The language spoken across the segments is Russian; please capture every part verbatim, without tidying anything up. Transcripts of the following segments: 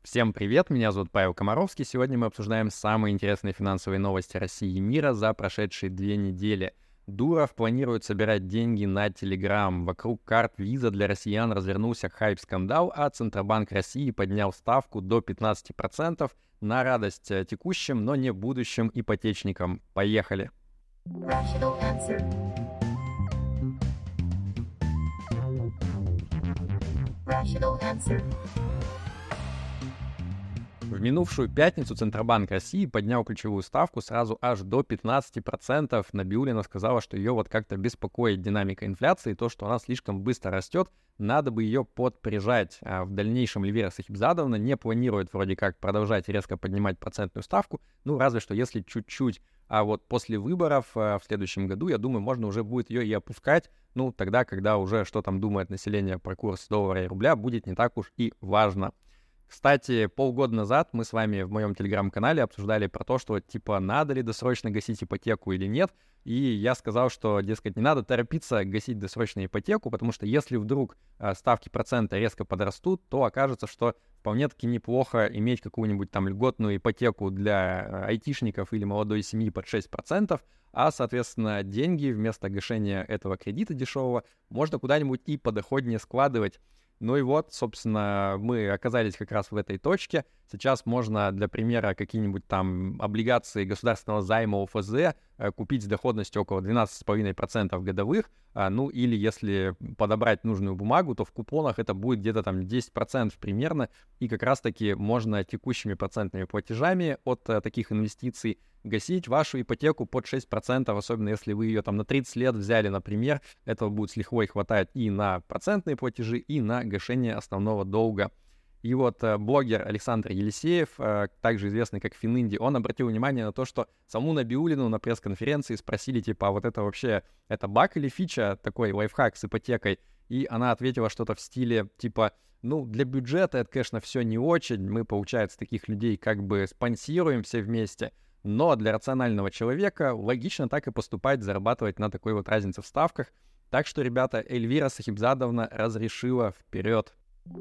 Всем привет, меня зовут Павел Комаровский. Сегодня мы обсуждаем самые интересные финансовые новости России и мира за прошедшие две недели. Дуров планирует собирать деньги на Telegram. Вокруг карт Visa для россиян развернулся хайп-скандал, а Центробанк России поднял ставку до пятнадцати процентов на радость текущим, но не будущим ипотечникам. Поехали! Rational answer. Rational answer. В минувшую пятницу Центробанк России поднял ключевую ставку сразу аж до пятнадцати процентов. Набиуллина сказала, что ее вот как-то беспокоит динамика инфляции, то, что она слишком быстро растет, надо бы ее подприжать. А в дальнейшем Эльвира Сахибзадовна не планирует вроде как продолжать резко поднимать процентную ставку, ну разве что если чуть-чуть. А вот после выборов в следующем году, я думаю, можно уже будет ее и опускать, ну тогда, когда уже что там думает население про курс доллара и рубля, будет не так уж и важно. Кстати, полгода назад мы с вами в моем телеграм-канале обсуждали про то, что типа надо ли досрочно гасить ипотеку или нет. И я сказал, что, дескать, не надо торопиться гасить досрочную ипотеку, потому что если вдруг э, ставки процента резко подрастут, то окажется, что вполне-таки неплохо иметь какую-нибудь там льготную ипотеку для э, айтишников или молодой семьи под шесть процентов, а, соответственно, деньги вместо гашения этого кредита дешевого можно куда-нибудь и подоходнее складывать. Ну и вот, собственно, мы оказались как раз в этой точке. Сейчас можно, для примера, какие-нибудь там облигации государственного займа ОФЗ купить с доходностью около двенадцати целых пяти десятых процента годовых. Ну или если подобрать нужную бумагу, то в купонах это будет где-то там десять процентов примерно. И как раз-таки можно текущими процентными платежами от таких инвестиций гасить вашу ипотеку под шесть процентов, особенно если вы ее там на тридцать лет взяли, например. Этого будет с лихвой хватать и на процентные платежи, и на гашение основного долга. И вот э, блогер Александр Елисеев, э, также известный как Фининди, он обратил внимание на то, что саму Набиуллину на пресс-конференции спросили, типа, а вот это вообще, это баг или фича, такой лайфхак с ипотекой? И она ответила что-то в стиле, типа, ну, для бюджета это, конечно, все не очень, мы, получается, таких людей как бы спонсируем все вместе, но для рационального человека логично так и поступать, зарабатывать на такой вот разнице в ставках. Так что, ребята, Эльвира Сахибзадовна разрешила вперед.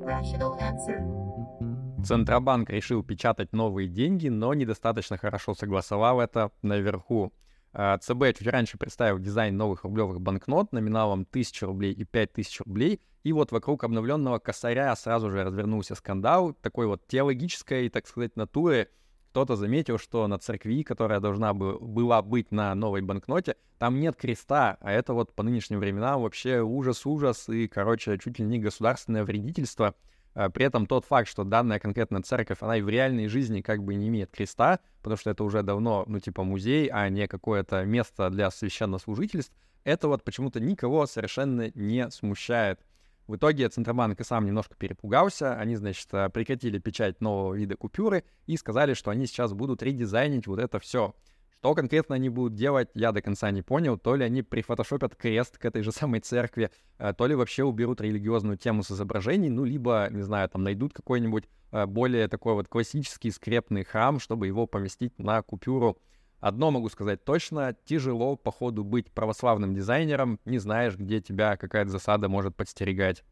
Центробанк решил печатать новые деньги, но недостаточно хорошо согласовал это наверху. ЦБ чуть раньше представил дизайн новых рублевых банкнот номиналом тысяча рублей и пять тысяч рублей. И вот вокруг обновленного косаря сразу же развернулся скандал такой вот теологической, так сказать, натуры. Кто-то заметил, что на церкви, которая должна бы, была быть на новой банкноте, там нет креста, а это вот по нынешним временам вообще ужас-ужас и, короче, чуть ли не государственное вредительство. При этом тот факт, что данная конкретно церковь, она и в реальной жизни как бы не имеет креста, потому что это уже давно, ну, типа музей, а не какое-то место для священнослужительств, это вот почему-то никого совершенно не смущает. В итоге Центробанк и сам немножко перепугался. Они, значит, прекратили печать нового вида купюры и сказали, что они сейчас будут редизайнить вот это все. Что конкретно они будут делать, я до конца не понял. То ли они прифотошопят крест к этой же самой церкви, то ли вообще уберут религиозную тему с изображений, ну, либо, не знаю, там найдут какой-нибудь более такой вот классический скрепный храм, чтобы его поместить на купюру. Одно могу сказать точно, тяжело, походу, быть православным дизайнером, не знаешь, где тебя какая-то засада может подстерегать.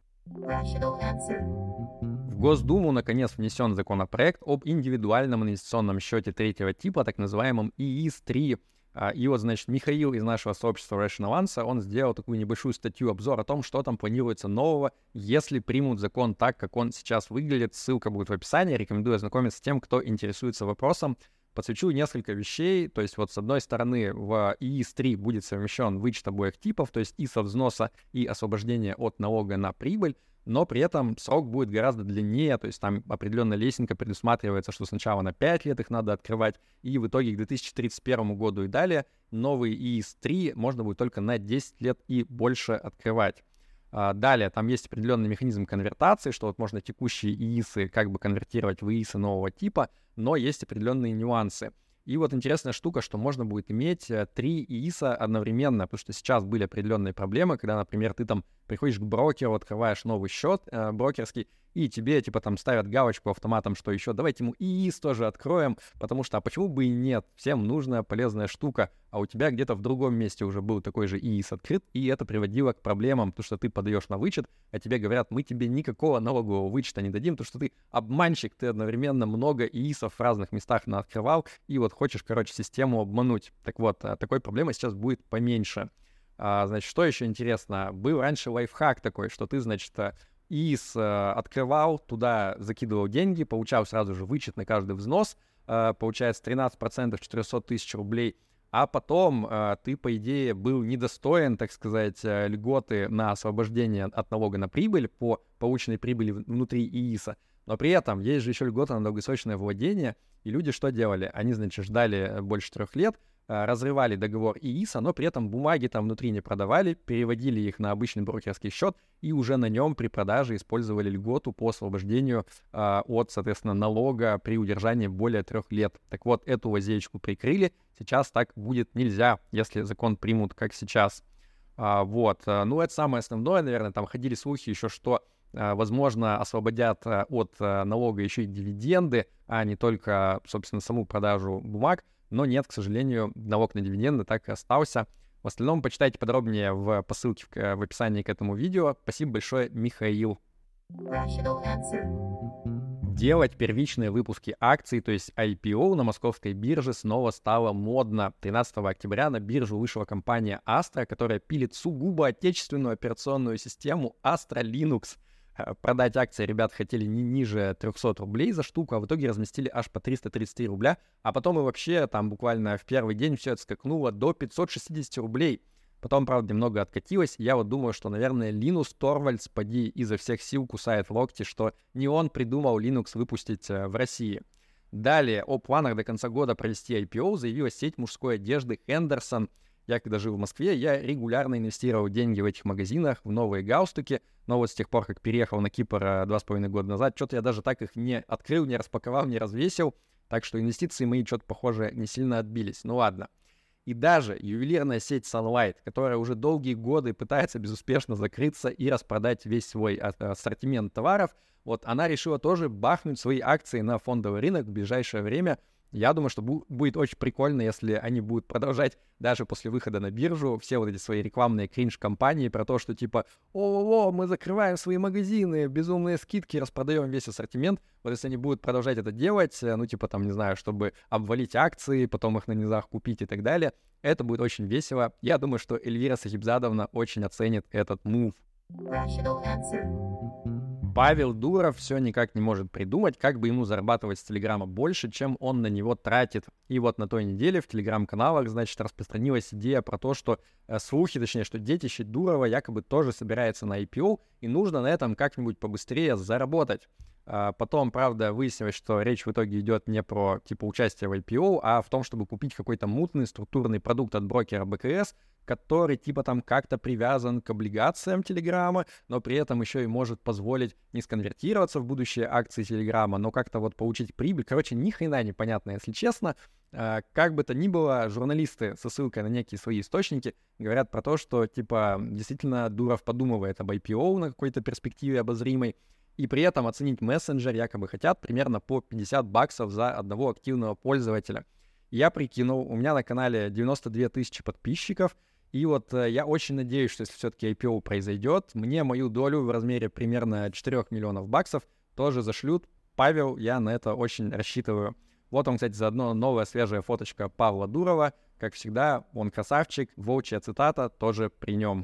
В Госдуму, наконец, внесен законопроект об индивидуальном инвестиционном счете третьего типа, так называемом и и эс три. И вот, значит, Михаил из нашего сообщества Rational Answer, он сделал такую небольшую статью-обзор о том, что там планируется нового, если примут закон так, как он сейчас выглядит. Ссылка будет в описании, рекомендую ознакомиться с тем, кто интересуется вопросом. Подсвечу несколько вещей, то есть вот с одной стороны в и и эс три будет совмещен вычет обоих типов, то есть и со взноса, и освобождение от налога на прибыль, но при этом срок будет гораздо длиннее, то есть там определенная лесенка предусматривается, что сначала на пять лет их надо открывать, и в итоге к две тысячи тридцать первому году и далее новый и и эс три можно будет только на десять лет и больше открывать. Далее, там есть определенный механизм конвертации, что вот можно текущие и и эсы как бы конвертировать в и и эсы нового типа, но есть определенные нюансы. И вот интересная штука, что можно будет иметь три и и эса одновременно, потому что сейчас были определенные проблемы, когда, например, ты там приходишь к брокеру, открываешь новый счет э, брокерский, и тебе, типа, там ставят галочку автоматом, что еще, давайте ему ИИС тоже откроем, потому что, а почему бы и нет? Всем нужная полезная штука, а у тебя где-то в другом месте уже был такой же ИИС открыт, и это приводило к проблемам, потому что ты подаешь на вычет, а тебе говорят, мы тебе никакого налогового вычета не дадим, потому что ты обманщик, ты одновременно много ИИСов в разных местах наоткрывал, и вот хочешь, короче, систему обмануть. Так вот, такой проблемы сейчас будет поменьше. А, значит, что еще интересно? Был раньше лайфхак такой, что ты, значит, ИИС э, открывал, туда закидывал деньги, получал сразу же вычет на каждый взнос, э, получается тринадцать процентов четыреста тысяч рублей, а потом э, ты, по идее, был недостоин, так сказать, э, льготы на освобождение от налога на прибыль по полученной прибыли внутри ИИСа, но при этом есть же еще льгота на долгосрочное владение, и люди что делали? Они, значит, ждали больше трех лет, разрывали договор ИИСа, но при этом бумаги там внутри не продавали, переводили их на обычный брокерский счет и уже на нем при продаже использовали льготу по освобождению э, от, соответственно, налога при удержании более трех лет. Так вот, эту лазеечку прикрыли. Сейчас так будет нельзя, если закон примут, как сейчас. А, вот. Ну, это самое основное, наверное. Там ходили слухи еще, что, а, возможно, освободят а, от а, налога еще и дивиденды, а не только, собственно, саму продажу бумаг. Но нет, к сожалению, налог на дивиденды так и остался. В остальном почитайте подробнее в, по ссылке в, в описании к этому видео. Спасибо большое, Михаил. Делать первичные выпуски акций, то есть ай пи о на московской бирже снова стало модно. тринадцатого октября на биржу вышла компания Astra, которая пилит сугубо отечественную операционную систему Astra Linux. Продать акции ребят хотели не ниже трехсот рублей за штуку, а в итоге разместили аж по триста тридцать три рубля, а потом и вообще там буквально в первый день все это скакнуло до пятьсот шестьдесят рублей. Потом, правда, немного откатилось. Я вот думаю, что, наверное, Линус Торвальдс поди изо всех сил кусает локти, что не он придумал Linux выпустить э, в России. Далее, о планах до конца года провести ай пи о заявила сеть мужской одежды Henderson. Я, когда жил в Москве, я регулярно инвестировал деньги в этих магазинах, в новые галстуки, но вот с тех пор, как переехал на Кипр два с половиной года назад, что-то я даже так их не открыл, не распаковал, не развесил, так что инвестиции мои что-то, похоже, не сильно отбились. Ну ладно. И даже ювелирная сеть Sunlight, которая уже долгие годы пытается безуспешно закрыться и распродать весь свой ассортимент товаров, вот она решила тоже бахнуть свои акции на фондовый рынок в ближайшее время. Я думаю, что бу- будет очень прикольно, если они будут продолжать даже после выхода на биржу все вот эти свои рекламные кринж-компании про то, что типа «О-о-о, мы закрываем свои магазины, безумные скидки, распродаем весь ассортимент». Вот если они будут продолжать это делать, ну типа там, не знаю, чтобы обвалить акции, потом их на низах купить и так далее, это будет очень весело. Я думаю, что Эльвира Сахибзадовна очень оценит этот мув. Павел Дуров все никак не может придумать, как бы ему зарабатывать с Телеграма больше, чем он на него тратит. И вот на той неделе в Телеграм-каналах, значит, распространилась идея про то, что э, слухи, точнее, что детище Дурова якобы тоже собирается на ай пи о, и нужно на этом как-нибудь побыстрее заработать. А потом, правда, выяснилось, что речь в итоге идет не про, типа, участие в ай пи о, а в том, чтобы купить какой-то мутный структурный продукт от брокера бэ ка эс, который, типа, там как-то привязан к облигациям Телеграма, но при этом еще и может позволить не сконвертироваться в будущие акции Телеграма, но как-то вот получить прибыль. Короче, ни хрена непонятно, если честно. А, как бы то ни было, журналисты со ссылкой на некие свои источники говорят про то, что, типа, действительно Дуров подумывает об ай пи о на какой-то перспективе обозримой, и при этом оценить мессенджер якобы хотят примерно по пятьдесят баксов за одного активного пользователя. Я прикинул, у меня на канале девяносто две тысячи подписчиков, и вот э, я очень надеюсь, что если все-таки ай пи о произойдет, мне мою долю в размере примерно четырех миллионов баксов тоже зашлют. Павел, я на это очень рассчитываю. Вот он, кстати, заодно новая свежая фоточка Павла Дурова. Как всегда, он красавчик, волчья цитата тоже при нем.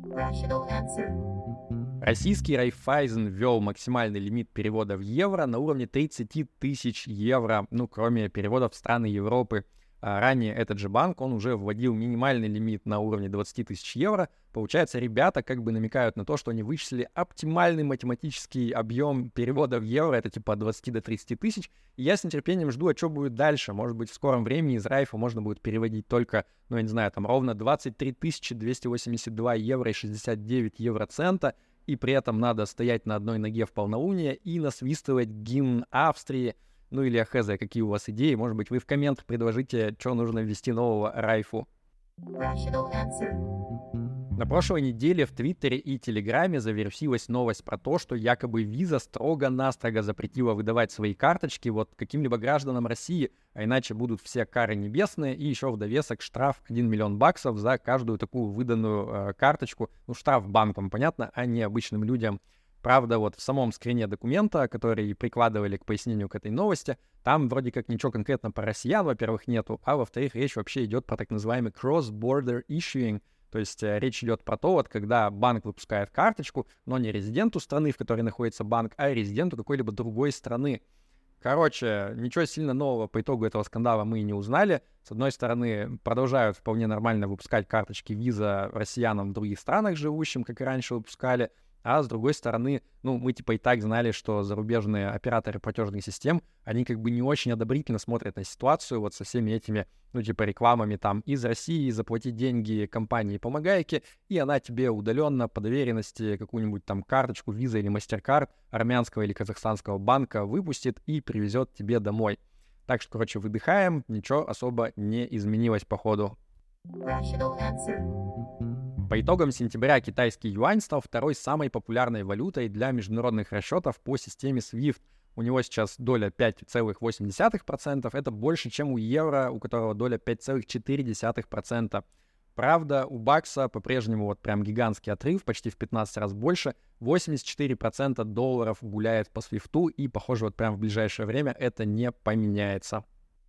Российский Райффайзен ввел максимальный лимит перевода в евро на уровне тридцать тысяч евро, ну, кроме переводов в страны Европы. А ранее этот же банк, он уже вводил минимальный лимит на уровне двадцать тысяч евро. Получается, ребята как бы намекают на то, что они вычислили оптимальный математический объем перевода в евро, это типа от двадцати до тридцати тысяч. И я с нетерпением жду, а что будет дальше. Может быть, в скором времени из Райфа можно будет переводить только, ну, я не знаю, там ровно двадцать три тысячи двести восемьдесят два евро и шестьдесят девять евроцента. И при этом надо стоять на одной ноге в полнолуние и насвистывать гимн Австрии. Ну или хз, какие у вас идеи? Может быть, вы в комментах предложите, что нужно ввести нового Райфу. На прошлой неделе в Твиттере и Телеграме завирусилась новость про то, что якобы Visa строго-настрого запретила выдавать свои карточки вот каким-либо гражданам России, а иначе будут все кары небесные, и еще в довесок штраф один миллион баксов за каждую такую выданную э, карточку. Ну, штраф банкам, понятно, а не обычным людям. Правда, вот в самом скрине документа, который прикладывали к пояснению к этой новости, там вроде как ничего конкретно про россиян, во-первых, нету, а во-вторых, речь вообще идет про так называемый cross-border issuing. То есть э, речь идет про то, вот когда банк выпускает карточку, но не резиденту страны, в которой находится банк, а резиденту какой-либо другой страны. Короче, ничего сильно нового по итогу этого скандала мы и не узнали. С одной стороны, продолжают вполне нормально выпускать карточки Visa россиянам в других странах живущим, как и раньше выпускали. А с другой стороны, ну, мы типа и так знали, что зарубежные операторы платежных систем, они как бы не очень одобрительно смотрят на ситуацию вот со всеми этими, ну, типа рекламами там из России, заплатить деньги компании Помогайки, и она тебе удаленно по доверенности какую-нибудь там карточку Visa или MasterCard армянского или казахстанского банка выпустит и привезет тебе домой. Так что, короче, выдыхаем, ничего особо не изменилось по ходу. По итогам сентября китайский юань стал второй самой популярной валютой для международных расчетов по системе свифт. У него сейчас доля пять целых восемь десятых процента, это больше, чем у евро, у которого доля пять целых четыре десятых процента. Правда, у бакса по-прежнему вот прям гигантский отрыв, почти в пятнадцать раз больше. восемьдесят четыре процента долларов гуляет по свифту, и, похоже, вот прям в ближайшее время это не поменяется.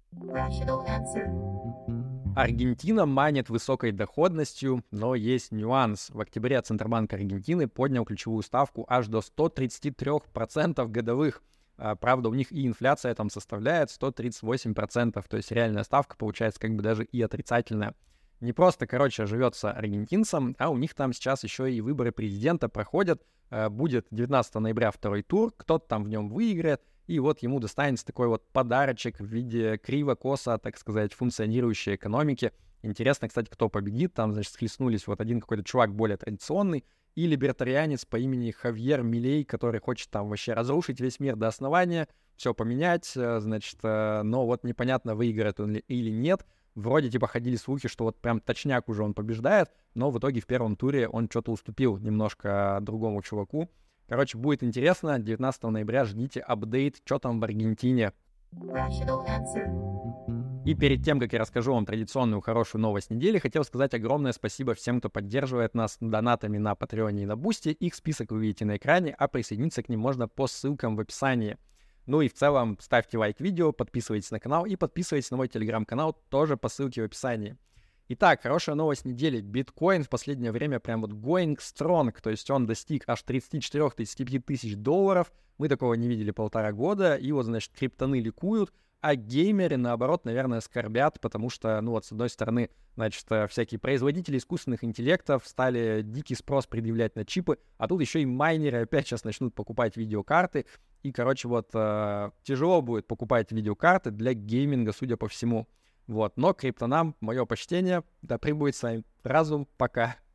Аргентина манит высокой доходностью, но есть нюанс. В октябре Центробанк Аргентины поднял ключевую ставку аж до сто тридцать три процента годовых. Правда, у них и инфляция там составляет сто тридцать восемь процентов, то есть реальная ставка получается как бы даже и отрицательная. Не просто, короче, живется аргентинцам, а у них там сейчас еще и выборы президента проходят. Будет девятнадцатого ноября второй тур, кто-то там в нем выиграет, и вот ему достанется такой вот подарочек в виде криво-косо, так сказать, функционирующей экономики. Интересно, кстати, кто победит. Там, значит, схлестнулись вот один какой-то чувак более традиционный и либертарианец по имени Хавьер Милей, который хочет там вообще разрушить весь мир до основания, все поменять, значит, но вот непонятно, выиграет он или нет. Вроде типа ходили слухи, что вот прям точняк уже он побеждает, но в итоге в первом туре он что-то уступил немножко другому чуваку. Короче, будет интересно. девятнадцатого ноября ждите апдейт, что там в Аргентине. И перед тем, как я расскажу вам традиционную хорошую новость недели, хотел сказать огромное спасибо всем, кто поддерживает нас донатами на Патреоне и на Бусти. Их список вы видите на экране, а присоединиться к ним можно по ссылкам в описании. Ну и в целом ставьте лайк видео, подписывайтесь на канал и подписывайтесь на мой телеграм-канал тоже по ссылке в описании. Итак, хорошая новость недели. Биткоин в последнее время прям вот going strong, то есть он достиг аж тридцать четыре - тридцать пять тысяч долларов. Мы такого не видели полтора года, и вот, значит, криптоны ликуют, а геймеры, наоборот, наверное, скорбят, потому что, ну вот, с одной стороны, значит, всякие производители искусственных интеллектов стали дикий спрос предъявлять на чипы, а тут еще и майнеры опять сейчас начнут покупать видеокарты, и, короче, вот, э, тяжело будет покупать видеокарты для гейминга, судя по всему. Вот, но криптонам мое почтение, да пребудет с вами разум, пока.